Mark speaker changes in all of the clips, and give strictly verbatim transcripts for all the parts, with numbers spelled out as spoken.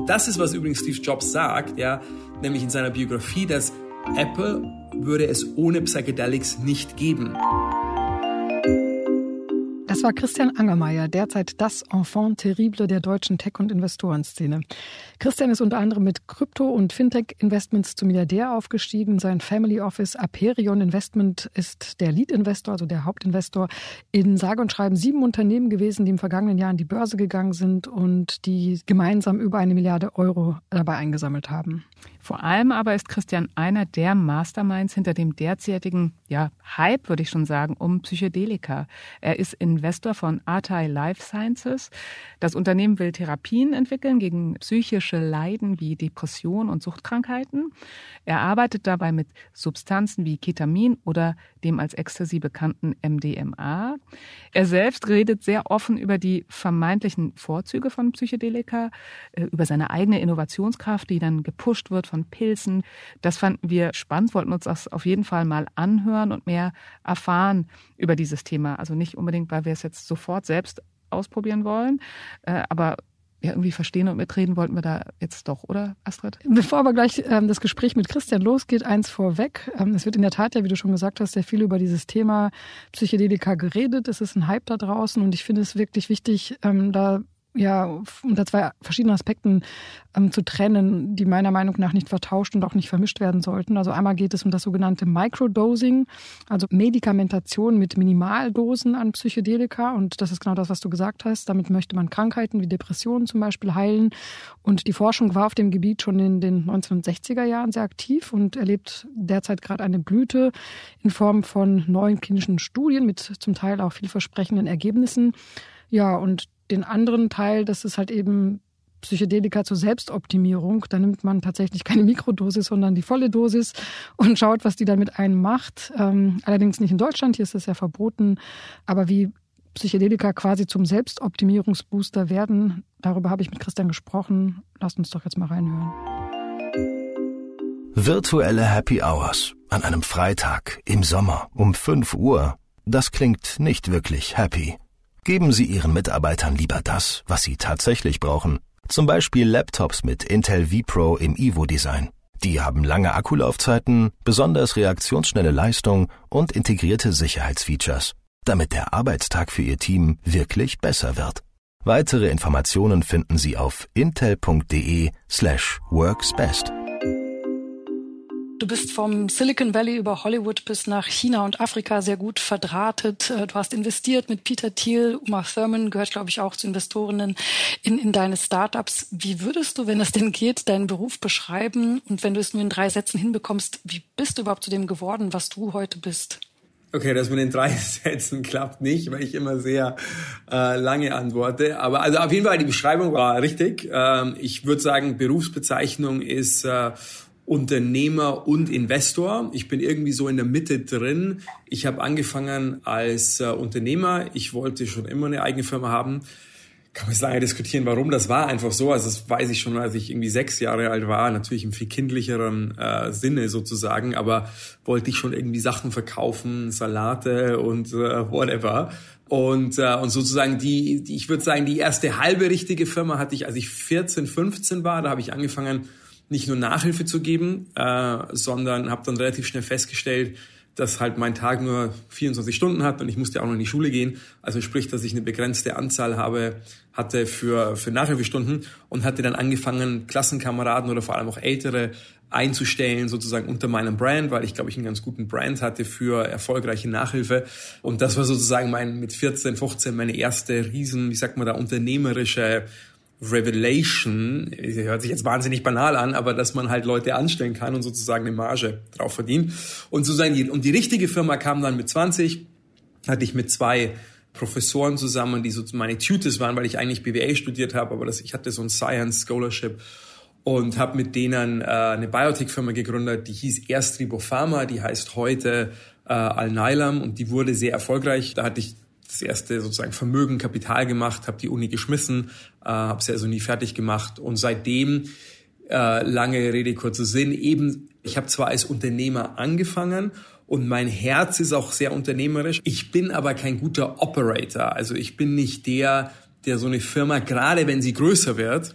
Speaker 1: das ist, was übrigens Steve Jobs sagt, ja, nämlich in seiner Biografie, dass Apple würde es ohne Psychedelics nicht geben.
Speaker 2: Das war Christian Angermayer, derzeit das Enfant terrible der deutschen Tech- und Investorenszene. Christian ist unter anderem mit Krypto- und Fintech-Investments zum Milliardär aufgestiegen. Sein Family Office Aperion Investment ist der Lead-Investor, also der Hauptinvestor in sage und schreiben sieben Unternehmen gewesen, die im vergangenen Jahr an die Börse gegangen sind und die gemeinsam über eine Milliarde Euro dabei eingesammelt haben.
Speaker 3: Vor allem aber ist Christian einer der Masterminds hinter dem derzeitigen ja, Hype, würde ich schon sagen, um Psychedelika. Er ist Investor von Atai Life Sciences. Das Unternehmen will Therapien entwickeln gegen psychische Leiden wie Depression und Suchtkrankheiten. Er arbeitet dabei mit Substanzen wie Ketamin oder dem als Ecstasy bekannten M D M A. Er selbst redet sehr offen über die vermeintlichen Vorzüge von Psychedelika, über seine eigene Innovationskraft, die dann gepusht wird von Pilzen. Das fanden wir spannend, wollten uns das auf jeden Fall mal anhören und mehr erfahren über dieses Thema. Also nicht unbedingt, weil wir es jetzt sofort selbst ausprobieren wollen, aber ja, irgendwie verstehen und mitreden wollten wir da jetzt doch, oder Astrid?
Speaker 2: Bevor aber gleich ähm, das Gespräch mit Christian losgeht, eins vorweg. Ähm, es wird in der Tat, ja, wie du schon gesagt hast, sehr viel über dieses Thema Psychedelika geredet. Es ist ein Hype da draußen und ich finde es wirklich wichtig, ähm, da ja, unter zwei verschiedenen Aspekten ähm, zu trennen, die meiner Meinung nach nicht vertauscht und auch nicht vermischt werden sollten. Also einmal geht es um das sogenannte Microdosing, also Medikamentation mit Minimaldosen an Psychedelika. Und das ist genau das, was du gesagt hast. Damit möchte man Krankheiten wie Depressionen zum Beispiel heilen. Und die Forschung war auf dem Gebiet schon in den neunzehnhundertsechziger Jahren sehr aktiv und erlebt derzeit gerade eine Blüte in Form von neuen klinischen Studien mit zum Teil auch vielversprechenden Ergebnissen. Ja, und den anderen Teil, das ist halt eben Psychedelika zur Selbstoptimierung. Da nimmt man tatsächlich keine Mikrodosis, sondern die volle Dosis und schaut, was die dann mit einem macht. Ähm, allerdings nicht in Deutschland, hier ist das ja verboten. Aber wie Psychedelika quasi zum Selbstoptimierungsbooster werden, darüber habe ich mit Christian gesprochen. Lasst uns doch jetzt mal reinhören.
Speaker 4: Virtuelle Happy Hours an einem Freitag im Sommer um fünf Uhr. Das klingt nicht wirklich happy. Geben Sie Ihren Mitarbeitern lieber das, was sie tatsächlich brauchen. Zum Beispiel Laptops mit Intel vPro im Evo-Design. Die haben lange Akkulaufzeiten, besonders reaktionsschnelle Leistung und integrierte Sicherheitsfeatures, damit der Arbeitstag für Ihr Team wirklich besser wird. Weitere Informationen finden Sie auf intel.de slash worksbest.
Speaker 2: Du bist vom Silicon Valley über Hollywood bis nach China und Afrika sehr gut verdrahtet. Du hast investiert mit Peter Thiel, Uma Thurman gehört, glaube ich, auch zu Investorinnen in, in deine Startups. Wie würdest du, wenn es denn geht, deinen Beruf beschreiben? Und wenn du es nur in drei Sätzen hinbekommst, wie bist du überhaupt zu dem geworden, was du heute bist?
Speaker 1: Okay, das mit den drei Sätzen klappt nicht, weil ich immer sehr äh, lange antworte. Aber also auf jeden Fall, die Beschreibung war richtig. Ähm, ich würde sagen, Berufsbezeichnung ist äh, Unternehmer und Investor. Ich bin irgendwie so in der Mitte drin. Ich habe angefangen als äh, Unternehmer. Ich wollte schon immer eine eigene Firma haben. Kann man jetzt lange diskutieren, warum. Das war einfach so. Also das weiß ich schon, als ich irgendwie sechs Jahre alt war. Natürlich im viel kindlicheren äh, Sinne sozusagen. Aber wollte ich schon irgendwie Sachen verkaufen, Salate und äh, whatever. Und, äh, und sozusagen die, die, ich würde sagen, die erste halbe richtige Firma hatte ich, als ich vierzehn, fünfzehn war. Da habe ich angefangen, nicht nur Nachhilfe zu geben, äh, sondern habe dann relativ schnell festgestellt, dass halt mein Tag nur vierundzwanzig Stunden hat und ich musste auch noch in die Schule gehen. Also sprich, dass ich eine begrenzte Anzahl habe, hatte für, für Nachhilfestunden und hatte dann angefangen, Klassenkameraden oder vor allem auch Ältere einzustellen, sozusagen unter meinem Brand, weil ich, glaube ich, einen ganz guten Brand hatte für erfolgreiche Nachhilfe. Und das war sozusagen mein, mit vierzehn, fünfzehn meine erste riesen, ich sag mal da, unternehmerische Revelation, hört sich jetzt wahnsinnig banal an, aber dass man halt Leute anstellen kann und sozusagen eine Marge drauf verdient. Und sozusagen die, und die richtige Firma kam dann mit zwanzig, hatte ich mit zwei Professoren zusammen, die so meine Tutors waren, weil ich eigentlich B W A studiert habe, aber das, ich hatte so ein Science Scholarship und habe mit denen äh, eine Biotech-Firma gegründet, die hieß erst Ribopharma, die heißt heute äh, Alnylam und die wurde sehr erfolgreich. Da hatte ich das erste sozusagen Vermögen, Kapital gemacht, habe die Uni geschmissen, äh, habe sie also nie fertig gemacht und seitdem, äh, lange Rede, kurzer Sinn, eben, ich habe zwar als Unternehmer angefangen und mein Herz ist auch sehr unternehmerisch, ich bin aber kein guter Operator, also ich bin nicht der, der so eine Firma, gerade wenn sie größer wird,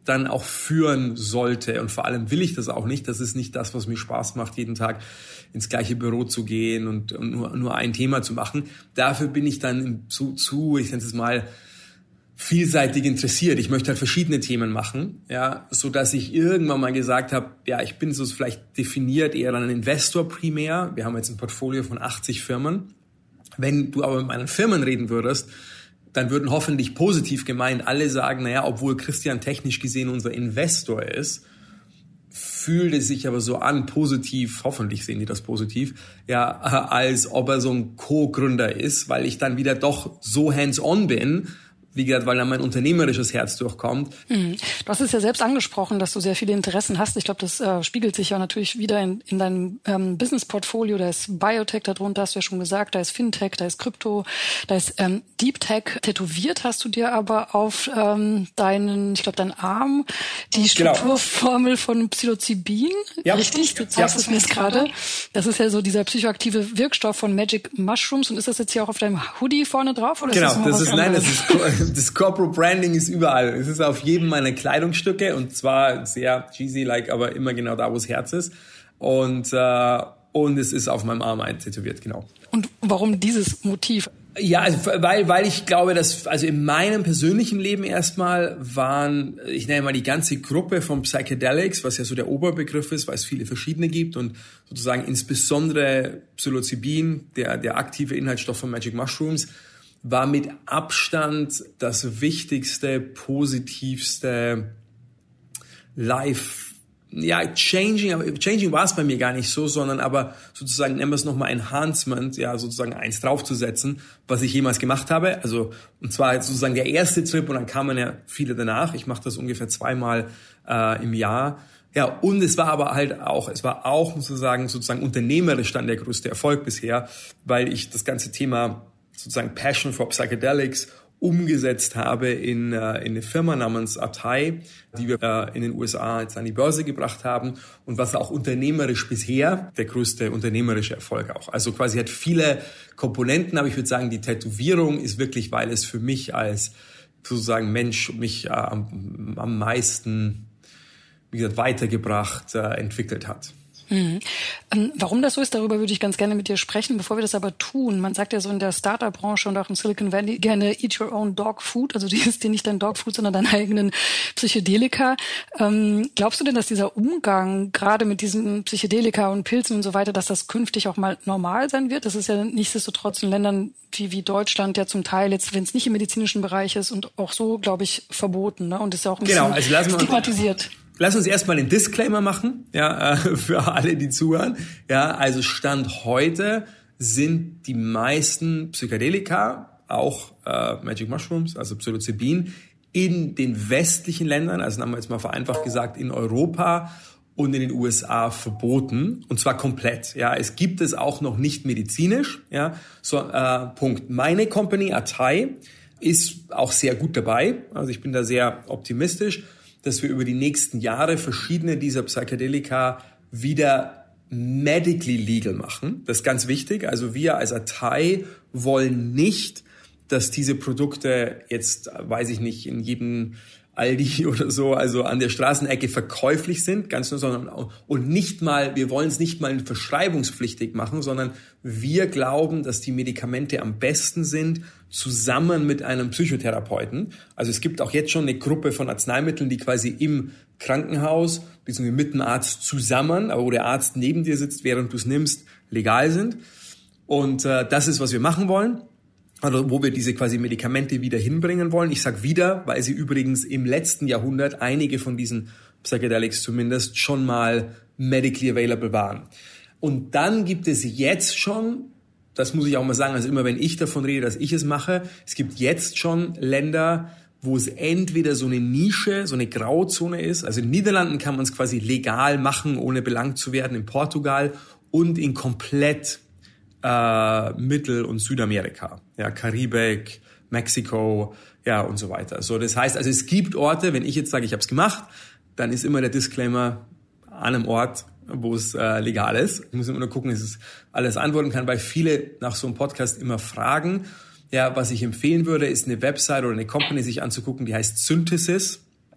Speaker 1: dann auch führen sollte. Und vor allem will ich das auch nicht. Das ist nicht das, was mir Spaß macht, jeden Tag ins gleiche Büro zu gehen und, und nur, nur ein Thema zu machen. Dafür bin ich dann zu, zu ich nenne es mal, vielseitig interessiert. Ich möchte halt verschiedene Themen machen, ja, so dass ich irgendwann mal gesagt habe, ja, ich bin so vielleicht definiert eher ein Investor primär. Wir haben jetzt ein Portfolio von achtzig Firmen. Wenn du aber mit meinen Firmen reden würdest, dann würden hoffentlich positiv gemeint alle sagen, naja, obwohl Christian technisch gesehen unser Investor ist, fühlt es sich aber so an, positiv, hoffentlich sehen die das positiv, ja, als ob er so ein Co-Gründer ist, weil ich dann wieder doch so hands-on bin, wie gesagt, weil dann mein unternehmerisches Herz durchkommt.
Speaker 2: Hm. Du hast es ja selbst angesprochen, dass du sehr viele Interessen hast. Ich glaube, das äh, spiegelt sich ja natürlich wieder in, in deinem ähm, Business-Portfolio. Da ist Biotech darunter, hast du ja schon gesagt, da ist Fintech, da ist Krypto, da ist ähm, Deep Tech. Tätowiert hast du dir aber auf ähm, deinen, ich glaube, deinen Arm die Strukturformel genau. von Psilocybin.
Speaker 1: Ja.
Speaker 2: Richtig? Du zeigst es mir jetzt gerade. Das ist ja so dieser psychoaktive Wirkstoff von Magic Mushrooms. Und ist das jetzt hier auch auf deinem Hoodie vorne drauf? Oder
Speaker 1: genau,
Speaker 2: ist das,
Speaker 1: das ist, nein, das ist das Corporate Branding ist überall. Es ist auf jedem meiner Kleidungsstücke und zwar sehr cheesy-like, aber immer genau da, wo das Herz ist. Und, äh, und es ist auf meinem Arm eintätowiert, genau.
Speaker 2: Und warum dieses Motiv?
Speaker 1: Ja, also, weil, weil ich glaube, dass, also in meinem persönlichen Leben erstmal waren, ich nenne mal die ganze Gruppe von Psychedelics, was ja so der Oberbegriff ist, weil es viele verschiedene gibt und sozusagen insbesondere Psilocybin, der, der aktive Inhaltsstoff von Magic Mushrooms, war mit Abstand das wichtigste, positivste Life, ja, changing, aber changing war es bei mir gar nicht so, sondern aber sozusagen, nennen wir es nochmal Enhancement, ja, sozusagen eins draufzusetzen, was ich jemals gemacht habe. Also, und zwar sozusagen der erste Trip und dann kamen ja viele danach. Ich mache das ungefähr zweimal äh, im Jahr. Ja, und es war aber halt auch, es war auch, muss man sagen, sozusagen unternehmerisch dann der größte Erfolg bisher, weil ich das ganze Thema sozusagen Passion for Psychedelics umgesetzt habe in, äh, in eine Firma namens Atai, die wir äh, in den U S A jetzt an die Börse gebracht haben und was auch unternehmerisch bisher der größte unternehmerische Erfolg auch. Also quasi hat viele Komponenten, aber ich würde sagen, die Tätowierung ist wirklich, weil es für mich als sozusagen Mensch mich äh, am, am meisten, wie gesagt, weitergebracht, äh, entwickelt hat.
Speaker 2: Mhm. Ähm, warum das so ist, darüber würde ich ganz gerne mit dir sprechen. Bevor wir das aber tun, man sagt ja so in der Startup-Branche und auch im Silicon Valley gerne eat your own dog food, also die ist dir nicht dein Dog Food, sondern deinen eigenen Psychedelika. Ähm, glaubst du denn, dass dieser Umgang gerade mit diesen Psychedelika und Pilzen und so weiter, dass das künftig auch mal normal sein wird? Das ist ja nichtsdestotrotz in Ländern wie, wie Deutschland ja zum Teil jetzt, wenn es nicht im medizinischen Bereich ist und auch so, glaube ich, verboten, ne? Und ist ja auch ein
Speaker 1: genau,
Speaker 2: bisschen
Speaker 1: also
Speaker 2: stigmatisiert.
Speaker 1: Lass uns erstmal den Disclaimer machen, ja, für alle, die zuhören. Ja, also Stand heute sind die meisten Psychedelika, auch äh, Magic Mushrooms, also Psilocybin, in den westlichen Ländern, also haben wir jetzt mal vereinfacht gesagt, in Europa und in den U S A verboten, und zwar komplett. Ja, es gibt es auch noch nicht medizinisch. Ja, so äh, Punkt. Meine Company Atai ist auch sehr gut dabei. Also ich bin da sehr optimistisch, dass wir über die nächsten Jahre verschiedene dieser Psychedelika wieder medically legal machen. Das ist ganz wichtig. Also wir als Atai wollen nicht, dass diese Produkte jetzt, weiß ich nicht, in jedem Aldi oder so, also an der Straßenecke verkäuflich sind, ganz nur, sondern und nicht mal, wir wollen es nicht mal verschreibungspflichtig machen, sondern wir glauben, dass die Medikamente am besten sind, zusammen mit einem Psychotherapeuten. Also es gibt auch jetzt schon eine Gruppe von Arzneimitteln, die quasi im Krankenhaus, bzw. mit dem Arzt zusammen, aber wo der Arzt neben dir sitzt, während du es nimmst, legal sind. Und äh, das ist, was wir machen wollen. Also wo wir diese quasi Medikamente wieder hinbringen wollen. Ich sag wieder, weil sie übrigens im letzten Jahrhundert, einige von diesen Psychedelics zumindest, schon mal medically available waren. Und dann gibt es jetzt schon, das muss ich auch mal sagen, also immer wenn ich davon rede, dass ich es mache, es gibt jetzt schon Länder, wo es entweder so eine Nische, so eine Grauzone ist. Also in den Niederlanden kann man es quasi legal machen, ohne belangt zu werden, in Portugal und in komplett Äh, Mittel- und Südamerika, ja, Karibik, Mexiko, ja, und so weiter. So, das heißt, also es gibt Orte, wenn ich jetzt sage, ich habe es gemacht, dann ist immer der Disclaimer an einem Ort, wo es äh, legal ist. Ich muss immer nur gucken, dass ich alles antworten kann, weil viele nach so einem Podcast immer fragen. Ja, was ich empfehlen würde, ist eine Website oder eine Company sich anzugucken, die heißt Synthesis.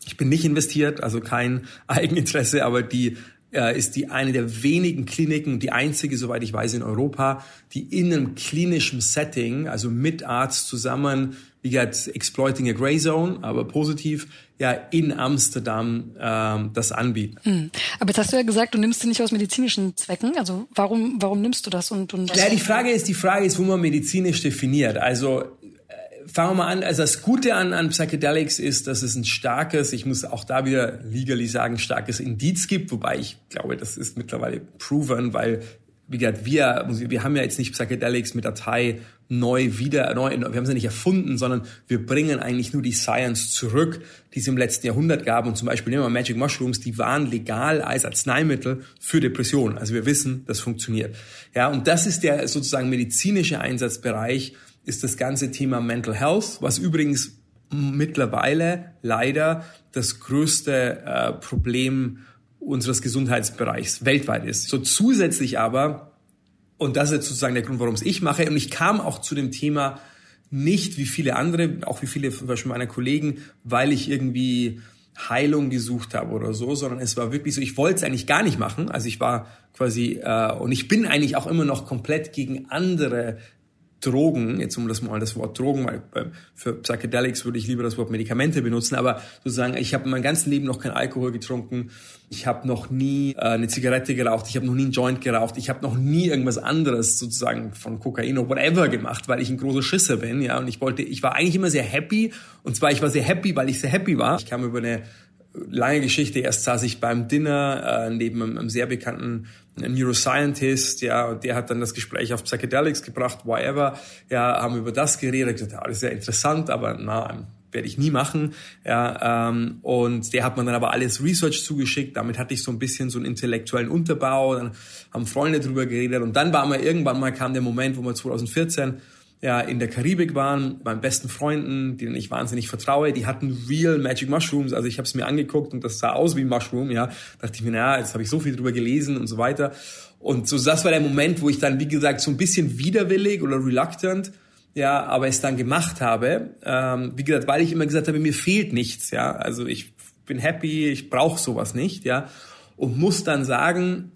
Speaker 1: Ich bin nicht investiert, also kein Eigeninteresse, aber die äh, ist die eine der wenigen Kliniken, die einzige, soweit ich weiß, in Europa, die in einem klinischen Setting, also mit Arzt zusammen, wie gesagt, exploiting a grey zone, aber positiv, ja, in Amsterdam ähm, das anbieten.
Speaker 2: Hm. Aber jetzt hast du ja gesagt, du nimmst sie nicht aus medizinischen Zwecken. Also warum warum nimmst du das? Und, und
Speaker 1: ja, die Frage ist, die Frage ist, wo man medizinisch definiert. Also fangen wir mal an, also das Gute an, an Psychedelics ist, dass es ein starkes, ich muss auch da wieder legally sagen, starkes Indiz gibt, wobei ich glaube, das ist mittlerweile proven, weil, wie gesagt, wir, wir haben ja jetzt nicht Psychedelics mit Datei neu wieder, neu, wir haben sie nicht erfunden, sondern wir bringen eigentlich nur die Science zurück, die es im letzten Jahrhundert gab. Und zum Beispiel nehmen wir Magic Mushrooms, die waren legal als Arzneimittel für Depressionen. Also wir wissen, das funktioniert. Ja, und das ist der sozusagen medizinische Einsatzbereich, ist das ganze Thema Mental Health, was übrigens mittlerweile leider das größte äh, Problem unseres Gesundheitsbereichs weltweit ist. So zusätzlich aber, und das ist jetzt sozusagen der Grund, warum es ich mache, und ich kam auch zu dem Thema nicht wie viele andere, auch wie viele zum Beispiel meiner Kollegen, weil ich irgendwie Heilung gesucht habe oder so, sondern es war wirklich so, ich wollte es eigentlich gar nicht machen. Also ich war quasi, äh, und ich bin eigentlich auch immer noch komplett gegen andere Drogen, jetzt um das mal das Wort Drogen, weil für Psychedelics würde ich lieber das Wort Medikamente benutzen, aber sozusagen, ich habe mein ganzes Leben noch kein Alkohol getrunken, ich habe noch nie äh, eine Zigarette geraucht, ich habe noch nie einen Joint geraucht, ich habe noch nie irgendwas anderes sozusagen von Kokain oder whatever gemacht, weil ich ein großer Schisser bin, ja, und ich wollte, ich war eigentlich immer sehr happy, und zwar ich war sehr happy, weil ich sehr happy war. Ich kam über eine lange Geschichte, erst saß ich beim Dinner äh, neben einem, einem sehr bekannten Neuroscientist, ja, und der hat dann das Gespräch auf Psychedelics gebracht, whatever, ja, haben über das geredet, gesagt, ja, das ist sehr interessant, aber na, werde ich nie machen, ja, ähm, und der hat mir dann aber alles Research zugeschickt, damit hatte ich so ein bisschen so einen intellektuellen Unterbau, dann haben Freunde drüber geredet, und dann war mal irgendwann mal kam der Moment, wo wir zwanzig vierzehn ja in der Karibik waren, meinen besten Freunden, denen ich wahnsinnig vertraue, die hatten real Magic Mushrooms, also ich habe es mir angeguckt und das sah aus wie Mushroom, ja, dachte ich mir, naja, jetzt habe ich so viel drüber gelesen und so weiter, und so das war der Moment, wo ich dann, wie gesagt, so ein bisschen widerwillig oder reluctant, ja, aber es dann gemacht habe, ähm, wie gesagt, weil ich immer gesagt habe, mir fehlt nichts, ja, also ich bin happy, ich brauche sowas nicht, ja, und muss dann sagen,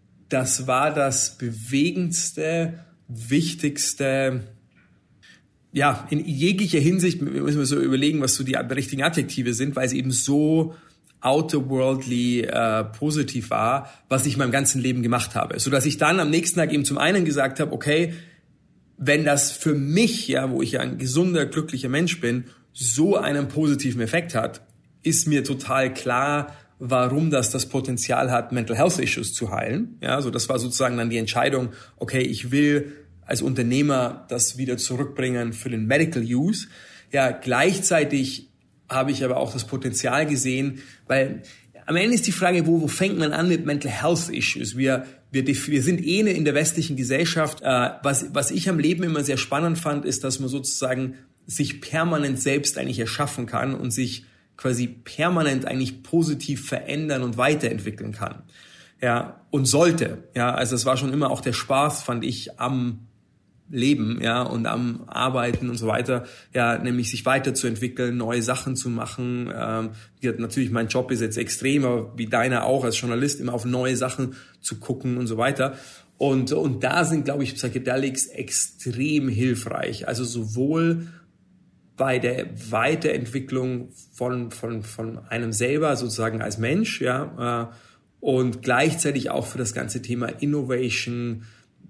Speaker 1: das war das bewegendste, wichtigste, ja, in jeglicher Hinsicht müssen wir so überlegen, was so die richtigen Adjektive sind, weil es eben so outerworldly äh, positiv war, was ich in meinem ganzen Leben gemacht habe. So dass ich dann am nächsten Tag eben zum einen gesagt habe, okay, wenn das für mich, ja, wo ich ja ein gesunder, glücklicher Mensch bin, so einen positiven Effekt hat, ist mir total klar, warum das das Potenzial hat, Mental Health Issues zu heilen. Ja, so das war sozusagen dann die Entscheidung, okay, ich will als Unternehmer das wieder zurückbringen für den Medical Use. Ja, gleichzeitig habe ich aber auch das Potenzial gesehen, weil am Ende ist die Frage, wo, wo fängt man an mit Mental Health Issues? Wir, wir, wir sind eh in der westlichen Gesellschaft. Äh, was, was ich am Leben immer sehr spannend fand, ist, dass man sozusagen sich permanent selbst eigentlich erschaffen kann und sich quasi permanent eigentlich positiv verändern und weiterentwickeln kann. Ja, und sollte. Ja, also es war schon immer auch der Spaß, fand ich, am Leben, ja, und am Arbeiten und so weiter, ja, nämlich sich weiterzuentwickeln, neue Sachen zu machen. Ähm, natürlich, mein Job ist jetzt extrem, aber wie deiner auch als Journalist, immer auf neue Sachen zu gucken und so weiter. Und, und da sind, glaube ich, Psychedelics extrem hilfreich. Also sowohl bei der Weiterentwicklung von, von, von einem selber sozusagen als Mensch, ja, äh, und gleichzeitig auch für das ganze Thema Innovation,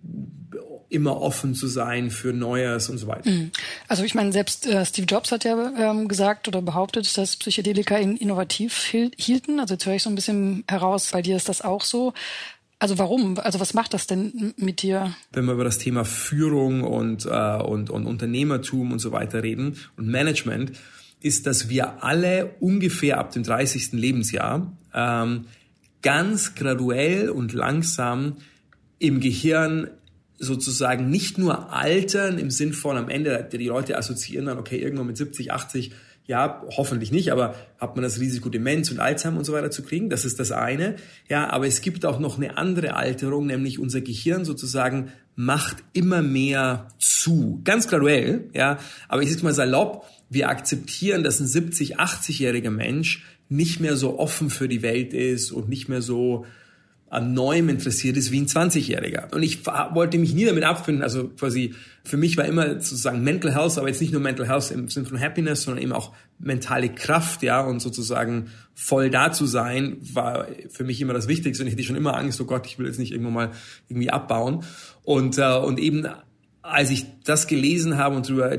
Speaker 1: immer offen zu sein für Neues und so weiter.
Speaker 2: Also ich meine, selbst äh, Steve Jobs hat ja ähm, gesagt oder behauptet, dass Psychedelika ihn innovativ hielten. Also jetzt höre ich so ein bisschen heraus, bei dir ist das auch so. Also warum? Also was macht das denn mit dir?
Speaker 1: Wenn wir über das Thema Führung und, äh, und, und Unternehmertum und so weiter reden und Management, ist, dass wir alle ungefähr ab dem dreißigsten Lebensjahr ähm, ganz graduell und langsam im Gehirn sozusagen nicht nur altern im Sinn von am Ende, die Leute assoziieren dann, okay, irgendwann mit siebzig, achtzig, ja, hoffentlich nicht, aber hat man das Risiko, Demenz und Alzheimer und so weiter zu kriegen, das ist das eine. Ja, aber es gibt auch noch eine andere Alterung, nämlich unser Gehirn sozusagen macht immer mehr zu, ganz graduell, ja, aber ich sage mal salopp, wir akzeptieren, dass ein siebzig-, achtzigjähriger Mensch nicht mehr so offen für die Welt ist und nicht mehr so an Neuem interessiert ist wie ein zwanzigjähriger. Und ich wollte mich nie damit abfinden, also quasi für mich war immer sozusagen Mental Health, aber jetzt nicht nur Mental Health im Sinne von Happiness, sondern eben auch mentale Kraft, ja, und sozusagen voll da zu sein, war für mich immer das Wichtigste. Und ich hatte schon immer Angst, oh Gott, ich will jetzt nicht irgendwann mal irgendwie abbauen. Und, äh, und eben als ich das gelesen habe und drüber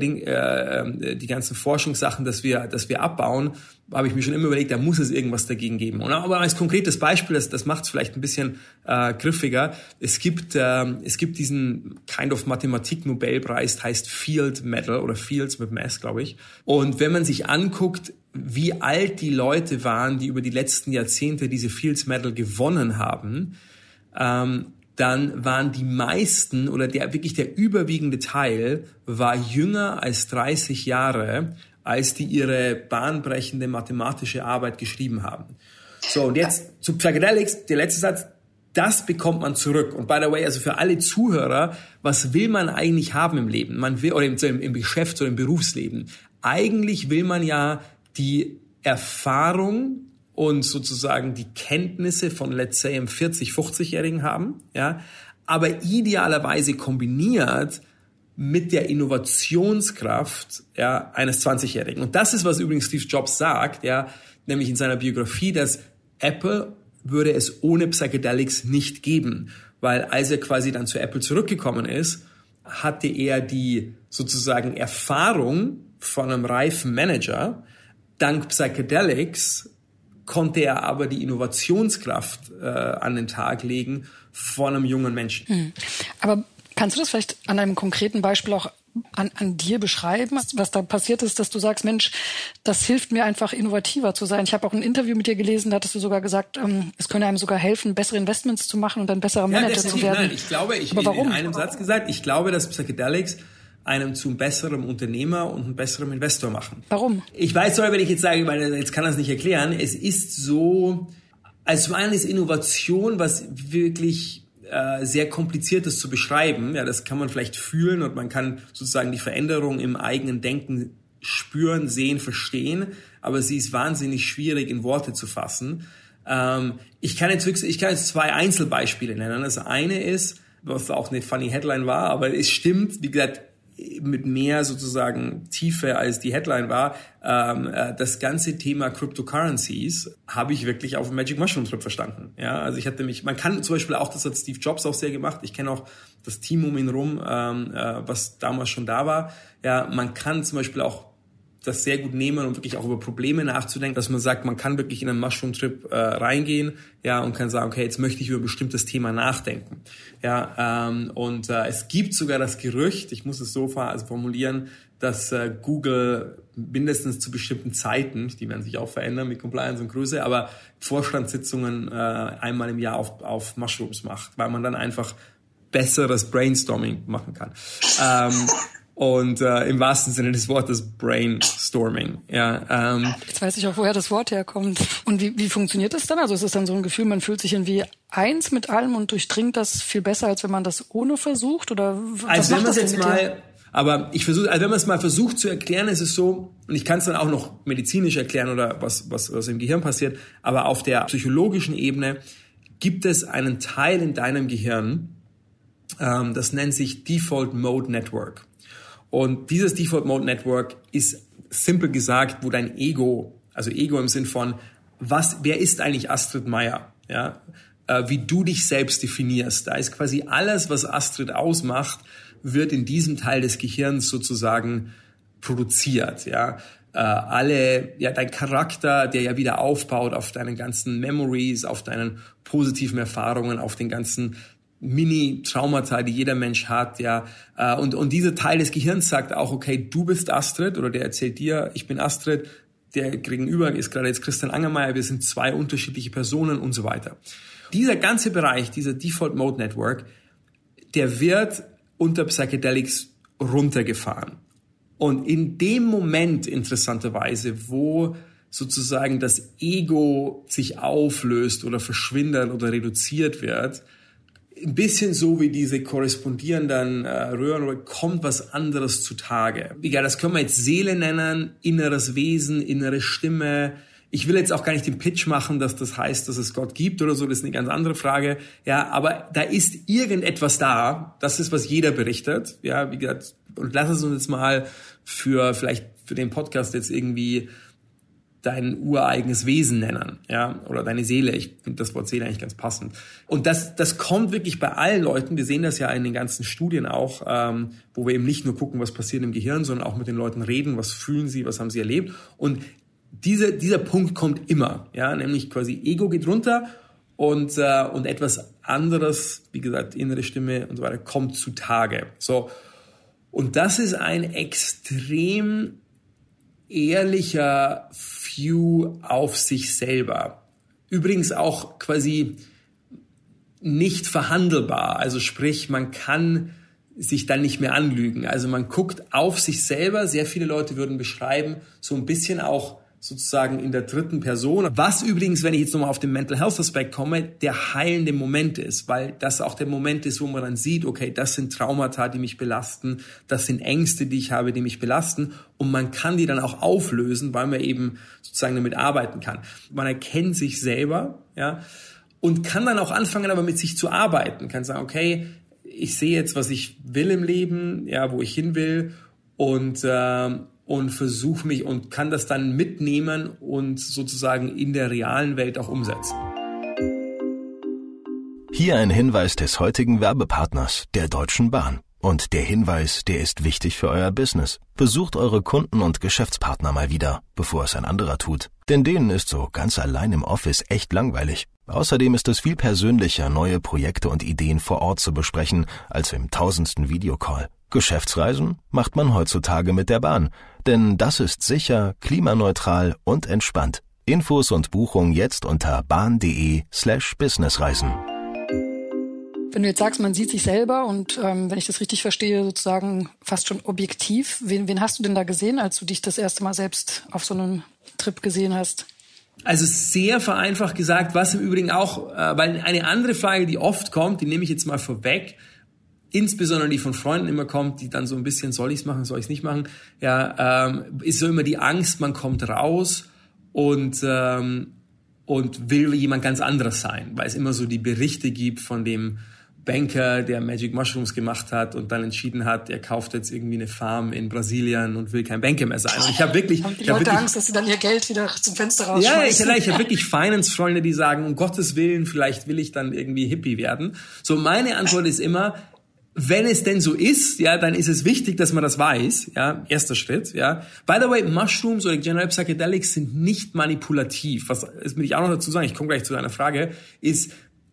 Speaker 1: äh, die ganzen Forschungssachen, dass wir, dass wir abbauen, habe ich mir schon immer überlegt, da muss es irgendwas dagegen geben. Und aber als konkretes Beispiel, das, das macht es vielleicht ein bisschen äh, griffiger. Es gibt, äh, es gibt diesen Kind of Mathematik-Nobelpreis, heißt Field Medal oder Fields mit dem S, glaube ich. Und wenn man sich anguckt, wie alt die Leute waren, die über die letzten Jahrzehnte diese Fields Medal gewonnen haben, ähm, dann waren die meisten oder der wirklich der überwiegende Teil war jünger als dreißig Jahre, als die ihre bahnbrechende mathematische Arbeit geschrieben haben. So, und jetzt zu Psychedelics, der letzte Satz, das bekommt man zurück. Und by the way, also für alle Zuhörer, was will man eigentlich haben im Leben? Man will, oder im, im Geschäfts- oder im Berufsleben. Eigentlich will man ja die Erfahrung und sozusagen die Kenntnisse von, let's say, einem vierzig-, fünfzigjährigen haben, ja, aber idealerweise kombiniert mit der Innovationskraft, ja, eines zwanzigjährigen. Und das ist, was übrigens Steve Jobs sagt, ja, nämlich in seiner Biografie, dass Apple würde es ohne Psychedelics nicht geben, weil als er quasi dann zu Apple zurückgekommen ist, hatte er die sozusagen Erfahrung von einem reifen Manager. Dank Psychedelics konnte er aber die Innovationskraft äh, an den Tag legen von einem jungen Menschen.
Speaker 2: Hm. Aber kannst du das vielleicht an einem konkreten Beispiel auch an, an dir beschreiben, was da passiert ist, dass du sagst, Mensch, das hilft mir einfach innovativer zu sein. Ich habe auch ein Interview mit dir gelesen, da hattest du sogar gesagt, ähm, es könne einem sogar helfen, bessere Investments zu machen und dann besserer Manager ja, zu werden.
Speaker 1: Nein, ich glaube, ich
Speaker 2: aber warum?
Speaker 1: in einem Satz gesagt, ich glaube, dass Psychedelics einem zum besseren Unternehmer und einem besseren Investor machen.
Speaker 2: Warum?
Speaker 1: Ich weiß, sorry, wenn ich jetzt sage, weil jetzt kann das nicht erklären. Es ist so, als zum einen ist Innovation, was wirklich äh, sehr kompliziert ist zu beschreiben. Ja, das kann man vielleicht fühlen und man kann sozusagen die Veränderung im eigenen Denken spüren, sehen, verstehen. Aber sie ist wahnsinnig schwierig in Worte zu fassen. Ähm, ich kann jetzt wirklich, ich kann jetzt zwei Einzelbeispiele nennen. Das eine ist, was auch eine funny Headline war, aber es stimmt, wie gesagt, mit mehr sozusagen Tiefe als die Headline war, ähm, äh, das ganze Thema Cryptocurrencies habe ich wirklich auf dem Magic Mushroom Trip verstanden. Ja, also ich hatte mich, man kann zum Beispiel auch, das hat Steve Jobs auch sehr gemacht, ich kenne auch das Team um ihn rum, ähm, äh, was damals schon da war. Ja, man kann zum Beispiel auch das sehr gut nehmen und wirklich auch über Probleme nachzudenken, dass man sagt, man kann wirklich in einen Mushroom-Trip äh, reingehen, ja, und kann sagen, okay, jetzt möchte ich über ein bestimmtes Thema nachdenken, ja, ähm, und äh, es gibt sogar das Gerücht, ich muss es so also formulieren, dass äh, Google mindestens zu bestimmten Zeiten, die werden sich auch verändern mit Compliance und Größe, aber Vorstandssitzungen äh, einmal im Jahr auf, auf Mushrooms macht, weil man dann einfach besseres Brainstorming machen kann. Ähm, Und äh, im wahrsten Sinne des Wortes Brainstorming. Ja, ähm.
Speaker 2: Jetzt weiß ich auch, woher das Wort herkommt. Und wie, wie funktioniert das dann? Also ist es dann so ein Gefühl, man fühlt sich irgendwie eins mit allem und durchdringt das viel besser, als wenn man das ohne versucht? Oder was
Speaker 1: also wenn man
Speaker 2: es
Speaker 1: jetzt mal, aber ich versuche, also wenn man es mal versucht zu erklären, ist es so, und ich kann es dann auch noch medizinisch erklären oder was, was, was im Gehirn passiert, aber auf der psychologischen Ebene gibt es einen Teil in deinem Gehirn, ähm, das nennt sich Default Mode Network. Und dieses Default Mode Network ist simpel gesagt, wo dein Ego, also Ego im Sinn von, was, wer ist eigentlich Astrid Meyer, ja, äh, wie du dich selbst definierst. Da ist quasi alles, was Astrid ausmacht, wird in diesem Teil des Gehirns sozusagen produziert, ja. Äh, alle, ja, dein Charakter, der ja wieder aufbaut auf deinen ganzen Memories, auf deinen positiven Erfahrungen, auf den ganzen Mini-Traumata, die jeder Mensch hat, ja, und und dieser Teil des Gehirns sagt auch, okay, du bist Astrid, oder der erzählt dir, ich bin Astrid, der gegenüber ist gerade jetzt Christian Angermayer, wir sind zwei unterschiedliche Personen und so weiter. Dieser ganze Bereich, dieser Default Mode Network, der wird unter Psychedelics runtergefahren. Und in dem Moment, interessanterweise, wo sozusagen das Ego sich auflöst oder verschwindet oder reduziert wird, ein bisschen so wie diese korrespondierenden äh, Röhren, kommt was anderes zutage. Egal, das können wir jetzt Seele nennen, inneres Wesen, innere Stimme. Ich will jetzt auch gar nicht den Pitch machen, dass das heißt, dass es Gott gibt oder so, das ist eine ganz andere Frage. Ja, aber da ist irgendetwas da, das ist, was jeder berichtet. Ja, wie gesagt, und lass es uns jetzt mal für vielleicht für den Podcast jetzt irgendwie dein ureigenes Wesen nennen, ja, oder deine Seele. Ich finde das Wort Seele eigentlich ganz passend. Und das, das kommt wirklich bei allen Leuten. Wir sehen das ja in den ganzen Studien auch, ähm, wo wir eben nicht nur gucken, was passiert im Gehirn, sondern auch mit den Leuten reden, was fühlen sie, was haben sie erlebt. Und Diese, dieser Punkt kommt immer, ja, nämlich quasi Ego geht runter und, äh, und etwas anderes, wie gesagt, innere Stimme und so weiter, kommt zutage. So. Und das ist ein extrem ehrlicher View auf sich selber. Übrigens auch quasi nicht verhandelbar. Also sprich, man kann sich dann nicht mehr anlügen. Also man guckt auf sich selber. Sehr viele Leute würden beschreiben, so ein bisschen auch sozusagen in der dritten Person. Was übrigens, wenn ich jetzt nochmal auf den Mental Health Aspekt komme, der heilende Moment ist, weil das auch der Moment ist, wo man dann sieht, okay, das sind Traumata, die mich belasten, das sind Ängste, die ich habe, die mich belasten, und man kann die dann auch auflösen, weil man eben sozusagen damit arbeiten kann. Man erkennt sich selber, ja, und kann dann auch anfangen, aber mit sich zu arbeiten, kann sagen, okay, ich sehe jetzt, was ich will im Leben, ja, wo ich hin will, und äh, und versuche mich und kann das dann mitnehmen und sozusagen in der realen Welt auch umsetzen.
Speaker 4: Hier ein Hinweis des heutigen Werbepartners, der Deutschen Bahn. Und der Hinweis, der ist wichtig für euer Business. Besucht eure Kunden und Geschäftspartner mal wieder, bevor es ein anderer tut. Denn denen ist so ganz allein im Office echt langweilig. Außerdem ist es viel persönlicher, neue Projekte und Ideen vor Ort zu besprechen, als im tausendsten Videocall. Geschäftsreisen macht man heutzutage mit der Bahn, denn das ist sicher, klimaneutral und entspannt. Infos und Buchung jetzt unter bahn.de slash businessreisen.
Speaker 2: Wenn du jetzt sagst, man sieht sich selber und ähm, wenn ich das richtig verstehe, sozusagen fast schon objektiv, wen, wen hast du denn da gesehen, als du dich das erste Mal selbst auf so einem Trip gesehen hast?
Speaker 1: Also sehr vereinfacht gesagt, was im Übrigen auch, äh, weil eine andere Frage, die oft kommt, die nehme ich jetzt mal vorweg, insbesondere die von Freunden immer kommt, die dann so ein bisschen, soll ich es machen, soll ich es nicht machen, ja, ähm, ist so immer die Angst, man kommt raus und ähm, und will jemand ganz anderes sein, weil es immer so die Berichte gibt von dem Banker, der Magic Mushrooms gemacht hat und dann entschieden hat, er kauft jetzt irgendwie eine Farm in Brasilien und will kein Banker mehr sein. Und ich habe wirklich,
Speaker 2: haben die
Speaker 1: ich hab
Speaker 2: Leute
Speaker 1: wirklich,
Speaker 2: Angst, dass sie dann ihr Geld wieder zum Fenster rausschmeißen?
Speaker 1: Ja, ich, ich habe wirklich Finance-Freunde, die sagen, um Gottes Willen, vielleicht will ich dann irgendwie Hippie werden. So, meine Antwort ist immer, wenn es denn so ist, ja, dann ist es wichtig, dass man das weiß, ja, erster Schritt, ja. By the way, Mushrooms oder generell Psychedelics sind nicht manipulativ. Was, das will ich auch noch dazu sagen, ich komme gleich zu deiner Frage, ist,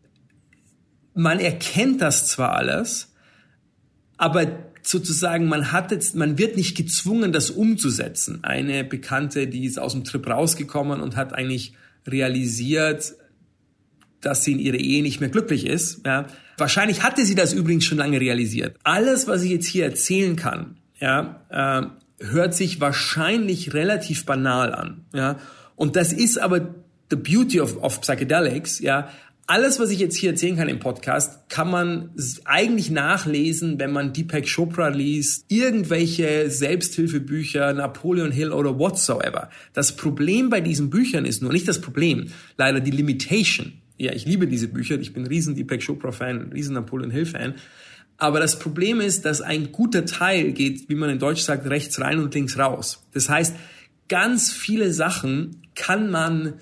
Speaker 1: man erkennt das zwar alles, aber sozusagen, man hat jetzt, man wird nicht gezwungen, das umzusetzen. Eine Bekannte, die ist aus dem Trip rausgekommen und hat eigentlich realisiert, dass sie in ihrer Ehe nicht mehr glücklich ist, ja. Wahrscheinlich hatte sie das übrigens schon lange realisiert. Alles, was ich jetzt hier erzählen kann, ja, äh, hört sich wahrscheinlich relativ banal an, ja. Und das ist aber the beauty of, of Psychedelics, ja. Alles, was ich jetzt hier erzählen kann im Podcast, kann man eigentlich nachlesen, wenn man Deepak Chopra liest, irgendwelche Selbsthilfebücher, Napoleon Hill oder whatsoever. Das Problem bei diesen Büchern ist nur, nicht das Problem, leider die Limitation. Ja, ich liebe diese Bücher, ich bin ein riesen Deepak Chopra-Fan, riesen Napoleon Hill-Fan. Aber das Problem ist, dass ein guter Teil geht, wie man in Deutsch sagt, rechts rein und links raus. Das heißt, ganz viele Sachen kann man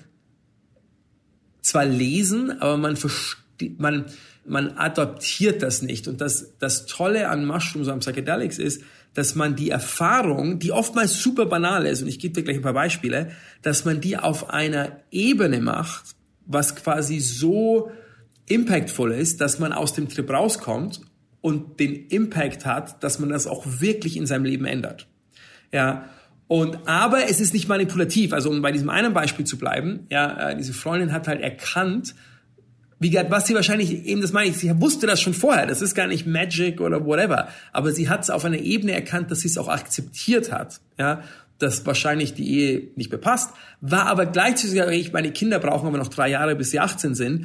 Speaker 1: zwar lesen, aber man versteht, man, man adaptiert das nicht. Und das, das Tolle an Mushrooms, an Psychedelics ist, dass man die Erfahrung, die oftmals super banal ist, und ich gebe dir gleich ein paar Beispiele, dass man die auf einer Ebene macht, was quasi so impactful ist, dass man aus dem Trip rauskommt und den Impact hat, dass man das auch wirklich in seinem Leben ändert. Ja. Und, aber es ist nicht manipulativ. Also, um bei diesem einen Beispiel zu bleiben, ja, diese Freundin hat halt erkannt, wie gesagt, was sie wahrscheinlich, eben das meine ich, sie wusste das schon vorher, das ist gar nicht Magic oder whatever, aber sie hat es auf einer Ebene erkannt, dass sie es auch akzeptiert hat, ja, dass wahrscheinlich die Ehe nicht mehr passt, war aber gleichzeitig, meine Kinder brauchen aber noch drei Jahre, bis sie achtzehn sind,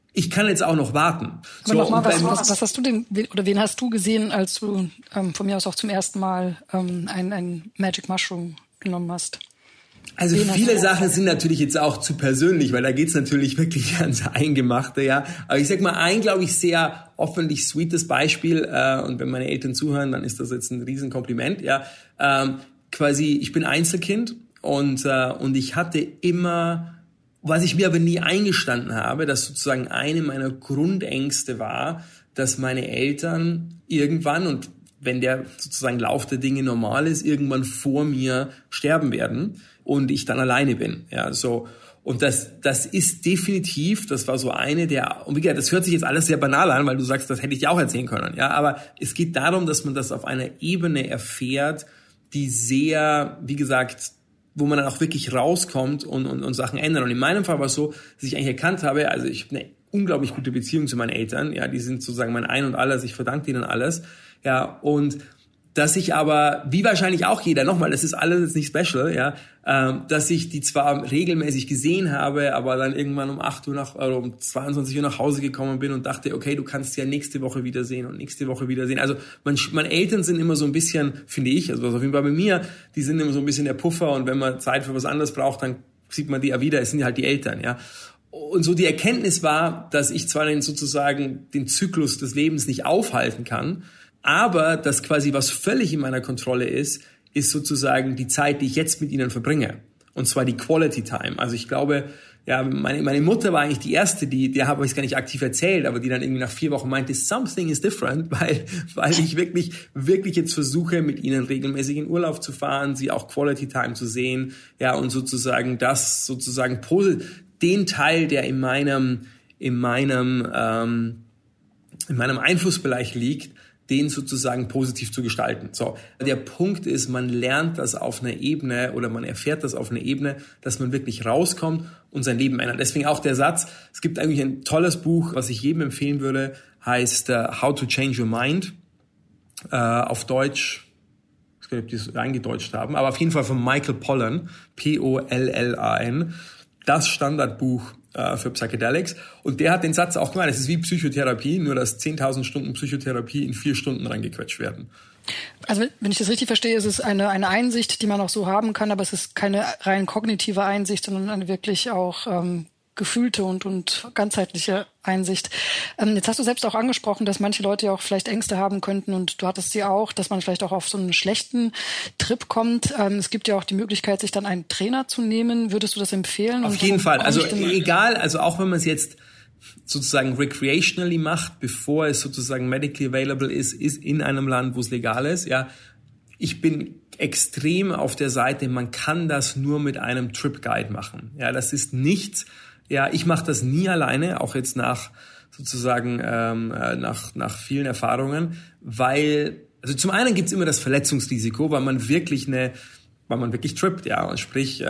Speaker 1: ich kann jetzt auch noch warten.
Speaker 2: Aber so, nochmal, was, was, was hast du denn, oder wen hast du gesehen, als du ähm, von mir aus auch zum ersten Mal ähm, ein, ein Magic Mushroom genommen hast?
Speaker 1: Also
Speaker 2: wen
Speaker 1: viele Sachen sind natürlich jetzt auch zu persönlich, weil da geht's natürlich wirklich ans Eingemachte, ja. Aber ich sag mal, ein, glaube ich, sehr hoffentlich sweetes Beispiel, äh, und wenn meine Eltern zuhören, dann ist das jetzt ein Riesenkompliment, ja. Ähm, quasi, ich bin Einzelkind und, äh, und ich hatte immer... Was ich mir aber nie eingestanden habe, dass sozusagen eine meiner Grundängste war, dass meine Eltern irgendwann, und wenn der sozusagen Lauf der Dinge normal ist, irgendwann vor mir sterben werden und ich dann alleine bin. Ja, so. Und das, das ist definitiv, das war so eine der, und wie gesagt, das hört sich jetzt alles sehr banal an, weil du sagst, das hätte ich dir auch erzählen können. Ja, aber es geht darum, dass man das auf einer Ebene erfährt, die sehr, wie gesagt, wo man dann auch wirklich rauskommt und, und, und Sachen ändert. Und in meinem Fall war es so, dass ich eigentlich erkannt habe, also ich habe eine unglaublich gute Beziehung zu meinen Eltern, ja, die sind sozusagen mein Ein und Alles, ich verdanke denen alles, ja, und dass ich aber, wie wahrscheinlich auch jeder, nochmal, das ist alles jetzt nicht special, ja, ähm, dass ich die zwar regelmäßig gesehen habe, aber dann irgendwann um acht Uhr nach, oder um zweiundzwanzig Uhr nach Hause gekommen bin und dachte, okay, du kannst ja nächste Woche wiedersehen und nächste Woche wiedersehen. Also man, meine Eltern sind immer so ein bisschen, finde ich, also was auf jeden Fall bei mir, die sind immer so ein bisschen der Puffer, und wenn man Zeit für was anderes braucht, dann sieht man die ja wieder, es sind ja halt die Eltern, ja. Und so die Erkenntnis war, dass ich zwar den, sozusagen den Zyklus des Lebens nicht aufhalten kann, aber dass quasi was völlig in meiner Kontrolle ist, ist sozusagen die Zeit, die ich jetzt mit ihnen verbringe. Und zwar die Quality Time. Also ich glaube, ja, meine, meine Mutter war eigentlich die erste, die, der habe ich es gar nicht aktiv erzählt, aber die dann irgendwie nach vier Wochen meinte, something is different, weil, weil ich wirklich, wirklich jetzt versuche, mit ihnen regelmäßig in Urlaub zu fahren, sie auch Quality Time zu sehen, ja, und sozusagen das, sozusagen, den Teil, der in meinem, in meinem, ähm, in meinem Einflussbereich liegt, den sozusagen positiv zu gestalten. So, der Punkt ist, man lernt das auf einer Ebene oder man erfährt das auf einer Ebene, dass man wirklich rauskommt und sein Leben ändert. Deswegen auch der Satz, es gibt eigentlich ein tolles Buch, was ich jedem empfehlen würde, heißt uh, How to Change Your Mind, uh, auf Deutsch, ich weiß gar nicht, ob die es eingedeutscht haben, aber auf jeden Fall von Michael Pollan, P O L L A N, das Standardbuch für Psychedelics. Und der hat den Satz auch gemeint, es ist wie Psychotherapie, nur dass zehntausend Stunden Psychotherapie in vier Stunden reingequetscht werden.
Speaker 2: Also wenn ich das richtig verstehe, ist es eine, eine Einsicht, die man auch so haben kann, aber es ist keine rein kognitive Einsicht, sondern eine wirklich auch ähm, gefühlte und, und ganzheitliche Einsicht. Ähm, jetzt hast du selbst auch angesprochen, dass manche Leute ja auch vielleicht Ängste haben könnten, und du hattest sie auch, dass man vielleicht auch auf so einen schlechten Trip kommt. Ähm, es gibt ja auch die Möglichkeit, sich dann einen Trainer zu nehmen. Würdest du das empfehlen?
Speaker 1: Auf jeden Fall. Also egal, also auch wenn man es jetzt sozusagen recreationally macht, bevor es sozusagen medically available ist, ist in einem Land, wo es legal ist, ja. Ich bin extrem auf der Seite, man kann das nur mit einem Trip Guide machen. Ja, das ist nichts. Ja, ich mache das nie alleine, auch jetzt nach sozusagen ähm, nach nach vielen Erfahrungen, weil also zum einen gibt's immer das Verletzungsrisiko, weil man wirklich eine, weil man wirklich trippt, ja, und sprich,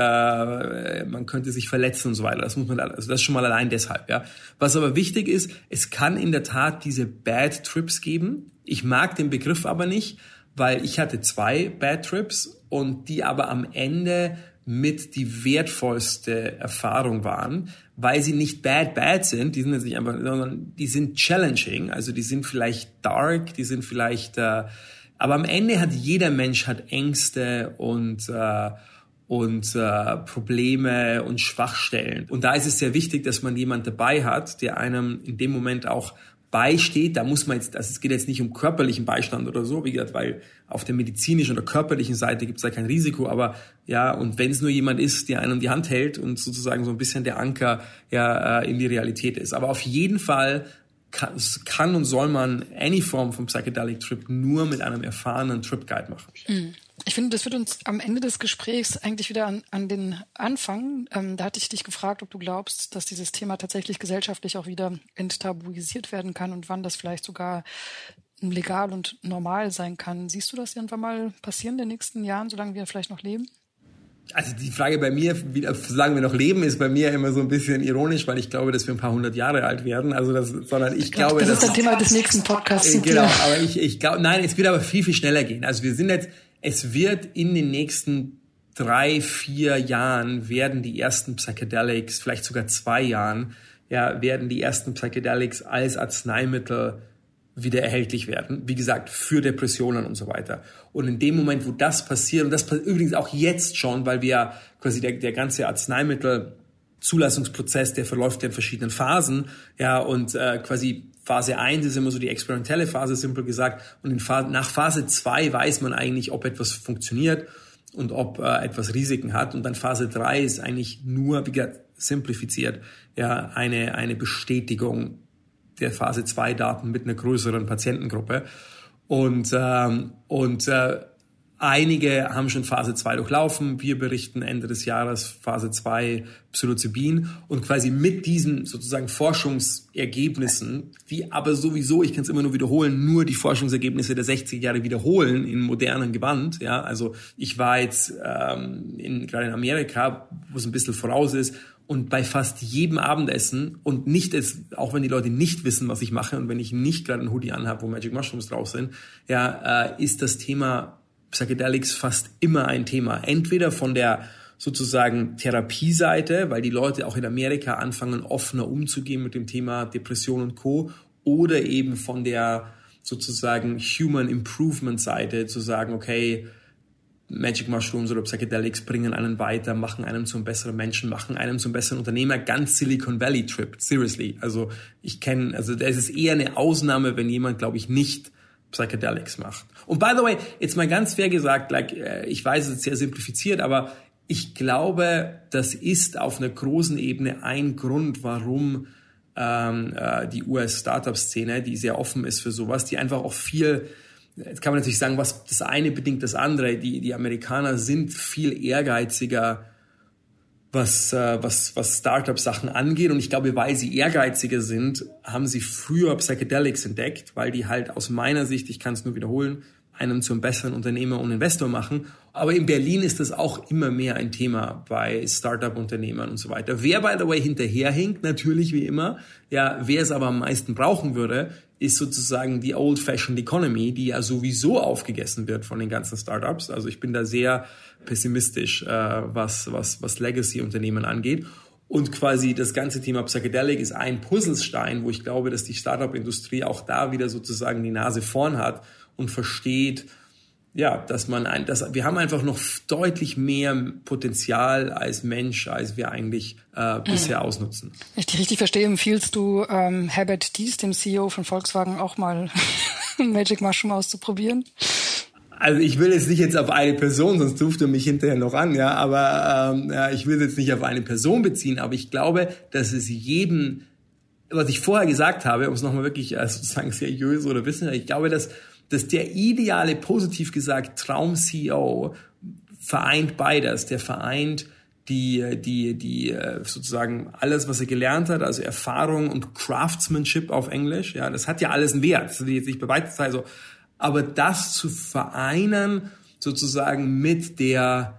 Speaker 1: äh, man könnte sich verletzen und so weiter. Das muss man, also das ist schon mal allein deshalb, ja. Was aber wichtig ist, es kann in der Tat diese Bad Trips geben. Ich mag den Begriff aber nicht, weil ich hatte zwei Bad Trips und die aber am Ende mit die wertvollste Erfahrung waren, weil sie nicht bad, bad sind, die sind jetzt nicht einfach, sondern die sind challenging, also die sind vielleicht dark, die sind vielleicht, äh, aber am Ende hat jeder Mensch hat Ängste und, äh, und äh, Probleme und Schwachstellen. Und da ist es sehr wichtig, dass man jemand dabei hat, der einem in dem Moment auch beisteht. Da muss man jetzt, also es geht jetzt nicht um körperlichen Beistand oder so, wie gesagt, weil auf der medizinischen oder körperlichen Seite gibt es da kein Risiko, aber ja, und wenn es nur jemand ist, der einem die Hand hält und sozusagen so ein bisschen der Anker ja in die Realität ist. Aber auf jeden Fall kann, kann und soll man any Form von Psychedelic Trip nur mit einem erfahrenen Trip Guide machen.
Speaker 2: Mhm. Ich finde, das wird uns am Ende des Gesprächs eigentlich wieder an, an den Anfang. Ähm, da hatte ich dich gefragt, ob du glaubst, dass dieses Thema tatsächlich gesellschaftlich auch wieder enttabuisiert werden kann und wann das vielleicht sogar legal und normal sein kann. Siehst du das irgendwann mal passieren in den nächsten Jahren, solange wir vielleicht noch leben?
Speaker 1: Also die Frage bei mir, wie, solange wir noch leben, ist bei mir immer so ein bisschen ironisch, weil ich glaube, dass wir ein paar hundert Jahre alt werden. Also das, sondern ich, ich glaube,
Speaker 2: das
Speaker 1: dass,
Speaker 2: ist das Thema des nächsten Podcasts.
Speaker 1: Äh, genau, aber ich, ich glaube, nein, es wird aber viel, viel schneller gehen. Also wir sind jetzt, es wird in den nächsten drei, vier Jahren werden die ersten Psychedelics, vielleicht sogar zwei Jahren, ja, werden die ersten Psychedelics als Arzneimittel wieder erhältlich werden. Wie gesagt, für Depressionen und so weiter. Und in dem Moment, wo das passiert, und das passiert übrigens auch jetzt schon, weil wir ja quasi der, der ganze Arzneimittel-Zulassungsprozess, der verläuft ja in verschiedenen Phasen, ja, und äh, quasi Phase eins ist immer so die experimentelle Phase, simpel gesagt, und in Phase, nach Phase zwei weiß man eigentlich, ob etwas funktioniert und ob äh, etwas Risiken hat, und dann Phase drei ist eigentlich nur, wie gesagt, simplifiziert, ja, eine, eine Bestätigung der Phase zwei Daten mit einer größeren Patientengruppe. Und, ähm, und äh, einige haben schon Phase zwei durchlaufen. Wir berichten Ende des Jahres Phase zwei Psilocybin. Und quasi mit diesen sozusagen Forschungsergebnissen, die aber sowieso, ich kann es immer nur wiederholen, nur die Forschungsergebnisse der sechziger Jahre wiederholen in modernen Gewand. Ja, also ich war jetzt ähm, in, gerade in Amerika, wo es ein bisschen voraus ist, und bei fast jedem Abendessen, und nicht ist, auch wenn die Leute nicht wissen, was ich mache, und wenn ich nicht gerade einen Hoodie anhabe, wo Magic Mushrooms drauf sind, ja, äh, ist das Thema Psychedelics fast immer ein Thema. Entweder von der sozusagen Therapieseite, weil die Leute auch in Amerika anfangen, offener umzugehen mit dem Thema Depression und Co., oder eben von der sozusagen Human Improvement Seite, zu sagen, okay, Magic Mushrooms oder Psychedelics bringen einen weiter, machen einen zum besseren Menschen, machen einen zum besseren Unternehmer. Ganz Silicon Valley Trip, seriously. Also ich kenne, also es ist eher eine Ausnahme, wenn jemand, glaube ich, nicht Psychedelics macht. Und by the way, jetzt mal ganz fair gesagt, like, ich weiß, es ist sehr simplifiziert, aber ich glaube, das ist auf einer großen Ebene ein Grund, warum ähm, die U S-Startup-Szene, die sehr offen ist für sowas, die einfach auch viel. Jetzt kann man natürlich sagen, was das eine bedingt das andere. Die, die Amerikaner sind viel ehrgeiziger, was, äh, was, was Startup-Sachen angeht. Und ich glaube, weil sie ehrgeiziger sind, haben sie früher Psychedelics entdeckt, weil die halt aus meiner Sicht, ich kann es nur wiederholen, einen zum besseren Unternehmer und Investor machen. Aber in Berlin ist das auch immer mehr ein Thema bei Startup-Unternehmern und so weiter. Wer, by the way, hinterherhinkt, natürlich wie immer, ja, wer es aber am meisten brauchen würde, ist sozusagen die old-fashioned economy, die ja sowieso aufgegessen wird von den ganzen Startups. Also ich bin da sehr pessimistisch, äh, was, was, was Legacy-Unternehmen angeht. Und quasi das ganze Thema Psychedelic ist ein Puzzlestein, wo ich glaube, dass die Startup-Industrie auch da wieder sozusagen die Nase vorn hat und versteht, ja, dass man ein, dass wir haben einfach noch deutlich mehr Potenzial als Mensch, als wir eigentlich äh, bisher ausnutzen.
Speaker 2: Wenn ich dich richtig verstehe, empfiehlst du ähm, Herbert Diess, dem C E O von Volkswagen, auch mal Magic Mushroom auszuprobieren?
Speaker 1: Also ich will jetzt nicht jetzt auf eine Person, sonst ruft er mich hinterher noch an, ja. Aber ähm, ja, ich will es jetzt nicht auf eine Person beziehen, aber ich glaube, dass es jedem, was ich vorher gesagt habe, um es nochmal wirklich äh, sozusagen seriös oder wissen, ich glaube, dass dass der ideale, positiv gesagt, Traum-C E O vereint beides. Der vereint die, die, die, sozusagen alles, was er gelernt hat, also Erfahrung und Craftsmanship auf Englisch. Ja, das hat ja alles einen Wert. Das will ich jetzt nicht bei weitem sagen. Also, aber das zu vereinen, sozusagen mit der,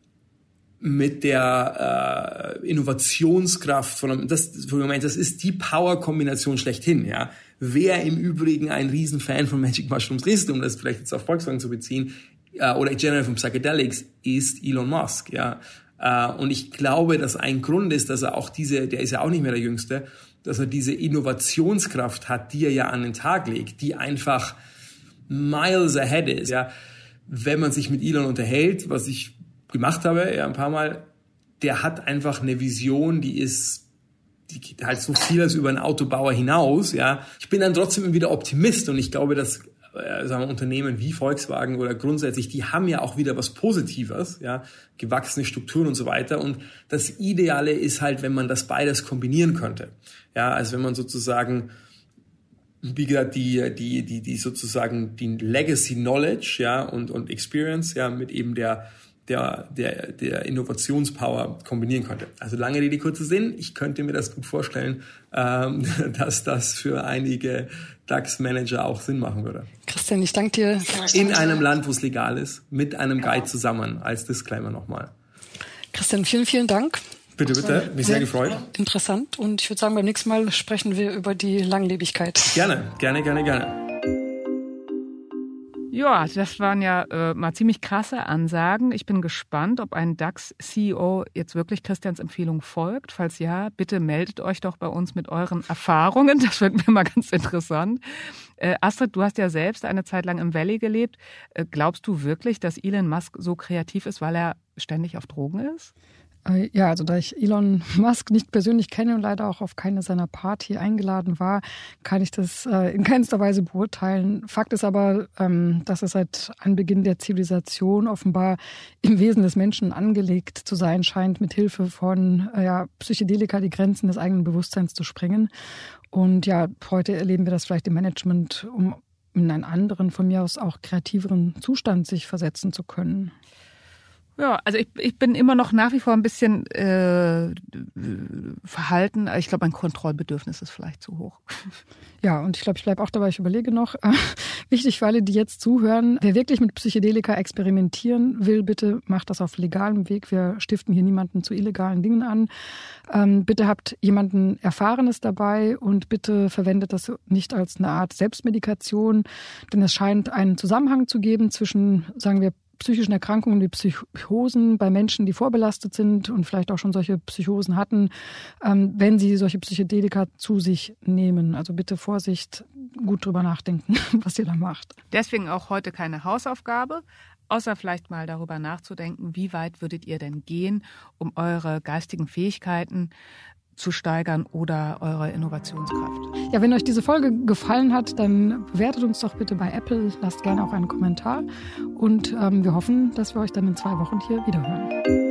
Speaker 1: mit der äh, Innovationskraft von einem, das, das ist die Power-Kombination schlechthin, ja. Wer im Übrigen ein Riesenfan von Magic Mushrooms ist, um das vielleicht jetzt auf Volkswagen zu beziehen, äh, oder generell von Psychedelics, ist Elon Musk, ja. Äh, und ich glaube, dass ein Grund ist, dass er auch diese, der ist ja auch nicht mehr der Jüngste, dass er diese Innovationskraft hat, die er ja an den Tag legt, die einfach miles ahead ist, ja. Wenn man sich mit Elon unterhält, was ich gemacht habe, ja, ein paar Mal, der hat einfach eine Vision, die ist, die geht halt so viel als über einen Autobauer hinaus, ja. Ich bin dann trotzdem wieder Optimist und ich glaube, dass, äh, sagen wir, Unternehmen wie Volkswagen oder grundsätzlich, die haben ja auch wieder was Positives, ja, gewachsene Strukturen und so weiter. Und das Ideale ist halt, wenn man das beides kombinieren könnte, ja, also wenn man sozusagen, wie gesagt, die, die, die, die sozusagen die Legacy Knowledge, ja, und, und Experience, ja, mit eben der, der, der, der Innovationspower kombinieren konnte. Also lange Rede, kurzer Sinn. Ich könnte mir das gut vorstellen, ähm, dass das für einige DAX-Manager auch Sinn machen würde.
Speaker 2: Christian, ich danke dir.
Speaker 1: In einem Land, wo es legal ist, mit einem Guide zusammen, als Disclaimer nochmal.
Speaker 2: Christian, vielen, vielen Dank.
Speaker 1: Bitte, bitte. Mich sehr, sehr gefreut.
Speaker 2: Interessant. Und ich würde sagen, beim nächsten Mal sprechen wir über die Langlebigkeit.
Speaker 1: Gerne, gerne, gerne, gerne.
Speaker 3: Ja, das waren ja äh, mal ziemlich krasse Ansagen. Ich bin gespannt, ob ein DAX-C E O jetzt wirklich Christians Empfehlung folgt. Falls ja, bitte meldet euch doch bei uns mit euren Erfahrungen. Das finden wir mal ganz interessant. Äh, Astrid, du hast ja selbst eine Zeit lang im Valley gelebt. Äh, glaubst du wirklich, dass Elon Musk so kreativ ist, weil er ständig auf Drogen ist?
Speaker 2: Ja, also da ich Elon Musk nicht persönlich kenne und leider auch auf keine seiner Party eingeladen war, kann ich das äh, in keinster Weise beurteilen. Fakt ist aber, ähm, dass es seit Anbeginn der Zivilisation offenbar im Wesen des Menschen angelegt zu sein scheint, mit Hilfe von äh, ja, Psychedelika die Grenzen des eigenen Bewusstseins zu sprengen. Und ja, heute erleben wir das vielleicht im Management, um in einen anderen, von mir aus auch kreativeren Zustand sich versetzen zu können.
Speaker 3: Ja, also ich, ich bin immer noch nach wie vor ein bisschen äh, verhalten. Ich glaube, mein Kontrollbedürfnis ist vielleicht zu hoch.
Speaker 2: Ja, und ich glaube, ich bleibe auch dabei, ich überlege noch. Äh, wichtig für alle, die jetzt zuhören, wer wirklich mit Psychedelika experimentieren will, bitte macht das auf legalem Weg. Wir stiften hier niemanden zu illegalen Dingen an. Ähm, bitte habt jemanden Erfahrenes dabei und bitte verwendet das nicht als eine Art Selbstmedikation, denn es scheint einen Zusammenhang zu geben zwischen, sagen wir, psychischen Erkrankungen wie Psychosen bei Menschen, die vorbelastet sind und vielleicht auch schon solche Psychosen hatten, ähm, wenn sie solche Psychedelika zu sich nehmen. Also bitte Vorsicht, gut drüber nachdenken, was ihr da macht.
Speaker 3: Deswegen auch heute keine Hausaufgabe, außer vielleicht mal darüber nachzudenken, wie weit würdet ihr denn gehen, um eure geistigen Fähigkeiten zu steigern oder eure Innovationskraft.
Speaker 2: Ja, wenn euch diese Folge gefallen hat, dann bewertet uns doch bitte bei Apple, lasst gerne auch einen Kommentar und ähm, wir hoffen, dass wir euch dann in zwei Wochen hier wiederhören.